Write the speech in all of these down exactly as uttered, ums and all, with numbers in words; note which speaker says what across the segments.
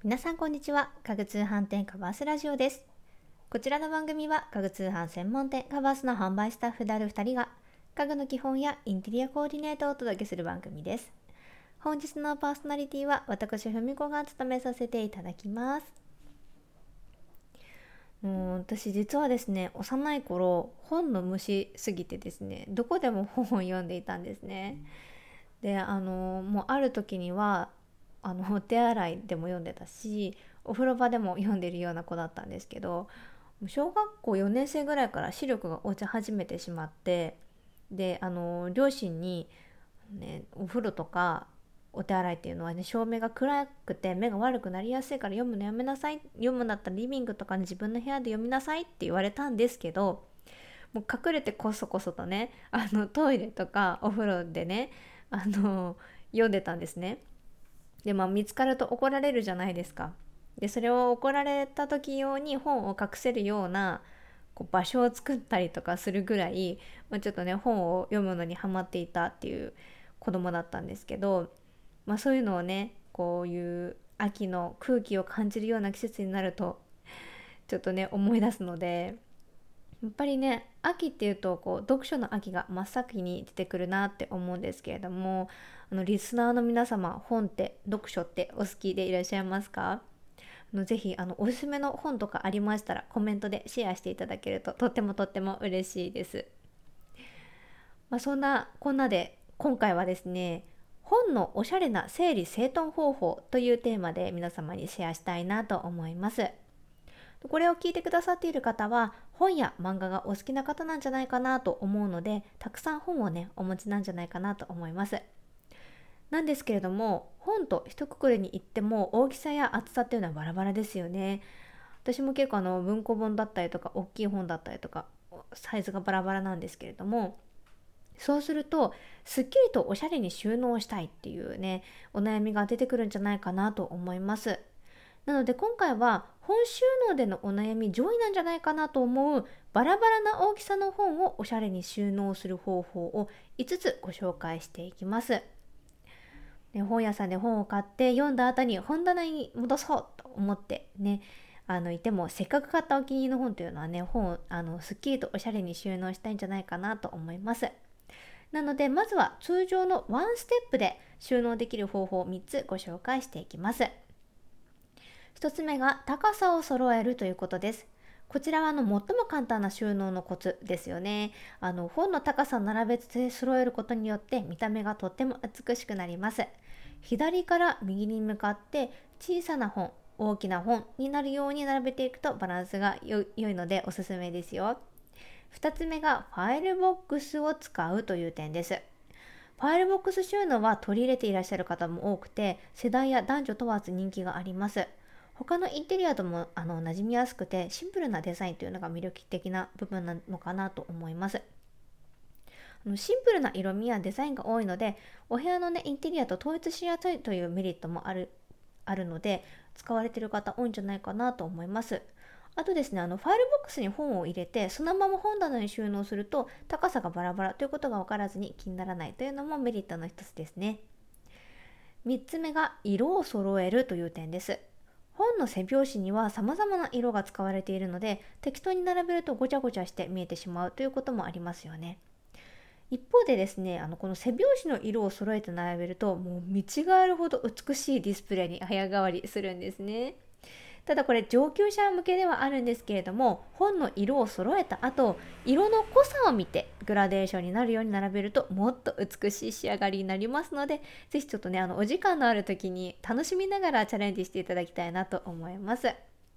Speaker 1: 皆さんこんにちは。家具通販店カバースラジオです。こちらの番組は家具通販専門店カバースの販売スタッフであるふたりが家具の基本やインテリアコーディネートをお届けする番組です。本日のパーソナリティは私ふみこが務めさせていただきます。もう私実はですね、幼い頃本の虫すぎてですね、どこでも本を読んでいたんですね。で、あのもうある時にはあのお手洗いでも読んでたし、お風呂場でも読んでるような子だったんですけど、小学校よねん生ぐらいから視力が落ち始めてしまって、であの両親に、ね、お風呂とかお手洗いっていうのはね、照明が暗くて目が悪くなりやすいから読むのやめなさい、読むんだったらリビングとかに自分の部屋で読みなさいって言われたんですけど、もう隠れてこそこそとね、あのトイレとかお風呂でね、あの読んでたんですね。で、まあ見つかると怒られるじゃないですか。でそれを怒られた時用に本を隠せるようなこう場所を作ったりとかするぐらい、まあ、ちょっとね本を読むのにハマっていたっていう子供だったんですけど、まあ、そういうのをね、こういう秋の空気を感じるような季節になるとちょっとね思い出すので、やっぱりね秋っていうとこう読書の秋が真っ先に出てくるなって思うんですけれども、あのリスナーの皆様、本って読書ってお好きでいらっしゃいますか？あのぜひあのおすすめの本とかありましたらコメントでシェアしていただけるととってもとっても嬉しいです。まあ、そんなこんなで今回はですね、本のおしゃれな整理整頓方法というテーマで皆様にシェアしたいなと思います。これを聞いてくださっている方は本や漫画がお好きな方なんじゃないかなと思うので、たくさん本をねお持ちなんじゃないかなと思います。なんですけれども、本と一括りに言っても大きさや厚さっていうのはバラバラですよね。私も結構あの文庫本だったりとか大きい本だったりとかサイズがバラバラなんですけれども、そうするとすっきりとおしゃれに収納したいっていうねお悩みが出てくるんじゃないかなと思います。なので今回は本収納でのお悩み上位なんじゃないかなと思うバラバラな大きさの本をおしゃれに収納する方法をいつつご紹介していきます。で、本屋さんで本を買って読んだ後に本棚に戻そうと思ってね、あのいてもせっかく買ったお気に入りの本というのはね、本をあのすっきりとおしゃれに収納したいんじゃないかなと思います。なのでまずは通常のワンステップで収納できる方法をみっつご紹介していきます。ひとつめが高さを揃えるということです。こちらはあの最も簡単な収納のコツですよね。あの本の高さを並べて揃えることによって見た目がとっても美しくなります。左から右に向かって小さな本、大きな本になるように並べていくとバランスが良いのでおすすめですよ。ふたつめがファイルボックスを使うという点です。ファイルボックス収納は取り入れていらっしゃる方も多くて、世代や男女問わず人気があります。他のインテリアともあの馴染みやすくてシンプルなデザインというのが魅力的な部分なのかなと思います。あのシンプルな色味やデザインが多いので、お部屋の、ね、インテリアと統一しやすいというメリットもあるあるので、使われている方多いんじゃないかなと思います。あとですね、あのファイルボックスに本を入れてそのまま本棚に収納すると高さがバラバラということが分からずに気にならないというのもメリットの一つですね。みっつめが色を揃えるという点です。本の背表紙には様々な色が使われているので、適当に並べるとごちゃごちゃして見えてしまうということもありますよね。一方でですね、あのこの背表紙の色を揃えて並べるともう見違えるほど美しいディスプレイに早変わりするんですね。ただこれ上級者向けではあるんですけれども、本の色を揃えた後、色の濃さを見てグラデーションになるように並べるともっと美しい仕上がりになりますので、ぜひちょっとねあのお時間のある時に楽しみながらチャレンジしていただきたいなと思います。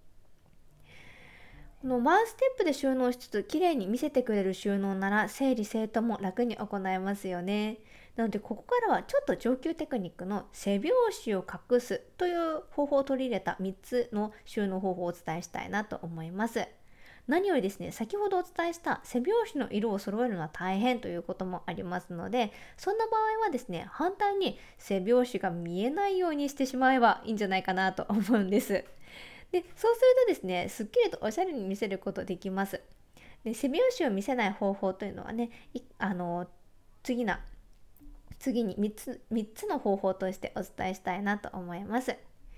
Speaker 1: このワンステップで収納しつつ綺麗に見せてくれる収納なら整理整頓も楽に行えますよね。なのでここからはちょっと上級テクニックの背表紙を隠すという方法を取り入れたみっつの収納方法をお伝えしたいなと思います。何よりですね、先ほどお伝えした背表紙の色を揃えるのは大変ということもありますので、そんな場合はですね、反対に背表紙が見えないようにしてしまえばいいんじゃないかなと思うんです。で、そうするとですね、すっきりとおしゃれに見せることできます。で、背表紙を見せない方法というのはね、いあの次な次にみっつみっつの方法としてお伝えしたいなと思います。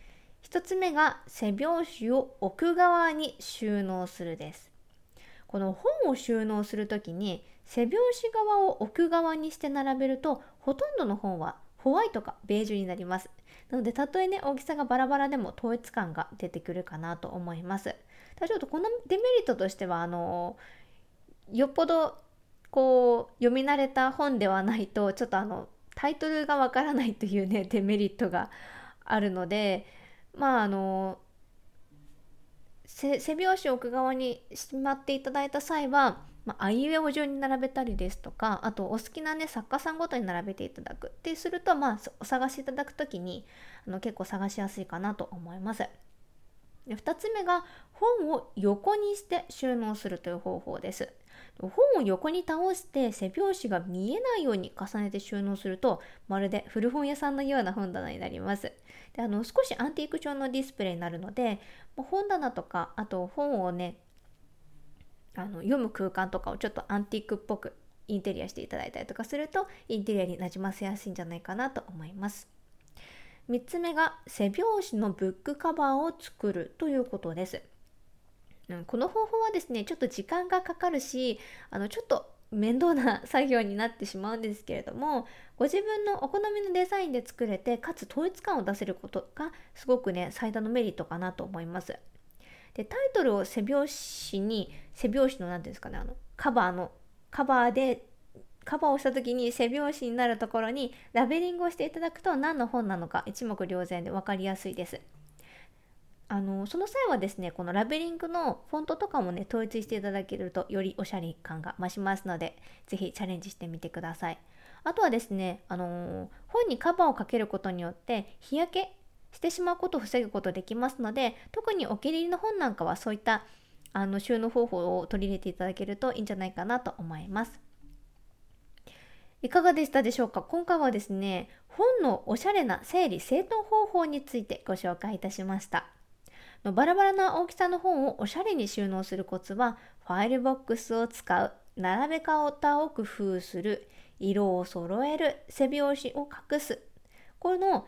Speaker 1: ひとつめが背表紙を奥側に収納するです。この本を収納するときに背表紙側を奥側にして並べると、ほとんどの本はホワイトかベージュになります。なのでたとえね大きさがバラバラでも統一感が出てくるかなと思います。ただちょっとこのデメリットとしてはあのよっぽどこう読み慣れた本ではないとちょっとあのタイトルがわからないというねデメリットがあるので、まああの背背拍子を奥側にしまっていただいた際は、まあ、あいうえお順に並べたりですとか、あとお好きなね作家さんごとに並べていただくってすると、まあお探しいただくときにあの結構探しやすいかなと思います。でふたつめが本を横にして収納するという方法です。本を横に倒して背表紙が見えないように重ねて収納すると、まるで古本屋さんのような本棚になります。であの少しアンティーク調のディスプレイになるので、本棚とかあと本をねあの読む空間とかをちょっとアンティークっぽくインテリアしていただいたりとかすると、インテリアになじませやすいんじゃないかなと思います。みっつめが背表紙のブックカバーを作るということです。うん、この方法はですねちょっと時間がかかるし、あのちょっと面倒な作業になってしまうんですけれども、ご自分のお好みのデザインで作れて、かつ統一感を出せることがすごくね最大のメリットかなと思います。でタイトルを背表紙に、背表紙の何ていうんですかね、あのカバーのカバーでカバーをした時に背表紙になるところにラベリングをしていただくと、何の本なのか一目瞭然で分かりやすいです。あのその際はですねこのラベリングのフォントとかもね統一していただけるとよりおしゃれ感が増しますので、ぜひチャレンジしてみてください。あとはですね、あのー本にカバーをかけることによって日焼けしてしまうことを防ぐことできますので、特にお気に入りの本なんかはそういったあの収納方法を取り入れていただけるといいんじゃないかなと思います。いかがでしたでしょうか。今回はですね本のおしゃれな整理整頓方法についてご紹介いたしました。バラバラな大きさの本をおしゃれに収納するコツは、ファイルボックスを使う、並べ方を工夫する、色を揃える、背表紙を隠す、この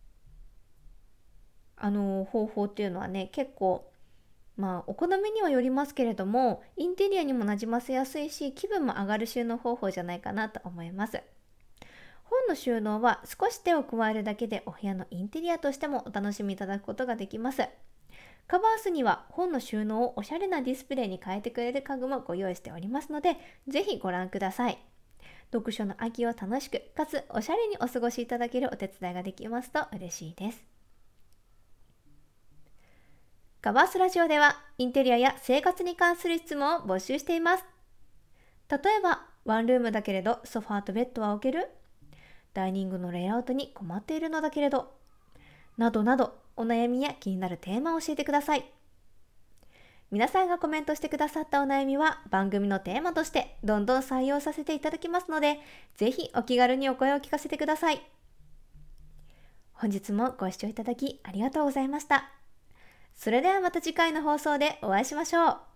Speaker 1: あの方法っていうのはね結構まあお好みにはよりますけれども、インテリアにもなじませやすいし気分も上がる収納方法じゃないかなと思います。本の収納は少し手を加えるだけでお部屋のインテリアとしてもお楽しみいただくことができます。カバースには本の収納をおしゃれなディスプレイに変えてくれる家具もご用意しておりますので、ぜひご覧ください。読書の秋を楽しくかつおしゃれにお過ごしいただけるお手伝いができますと嬉しいです。カバースラジオではインテリアや生活に関する質問を募集しています。例えばワンルームだけれどソファーとベッドは置ける、ダイニングのレイアウトに困っているのだけれど、などなどお悩みや気になるテーマを教えてください。皆さんがコメントしてくださったお悩みは番組のテーマとしてどんどん採用させていただきますので、ぜひお気軽にお声を聞かせてください。本日もご視聴いただきありがとうございました。それではまた次回の放送でお会いしましょう。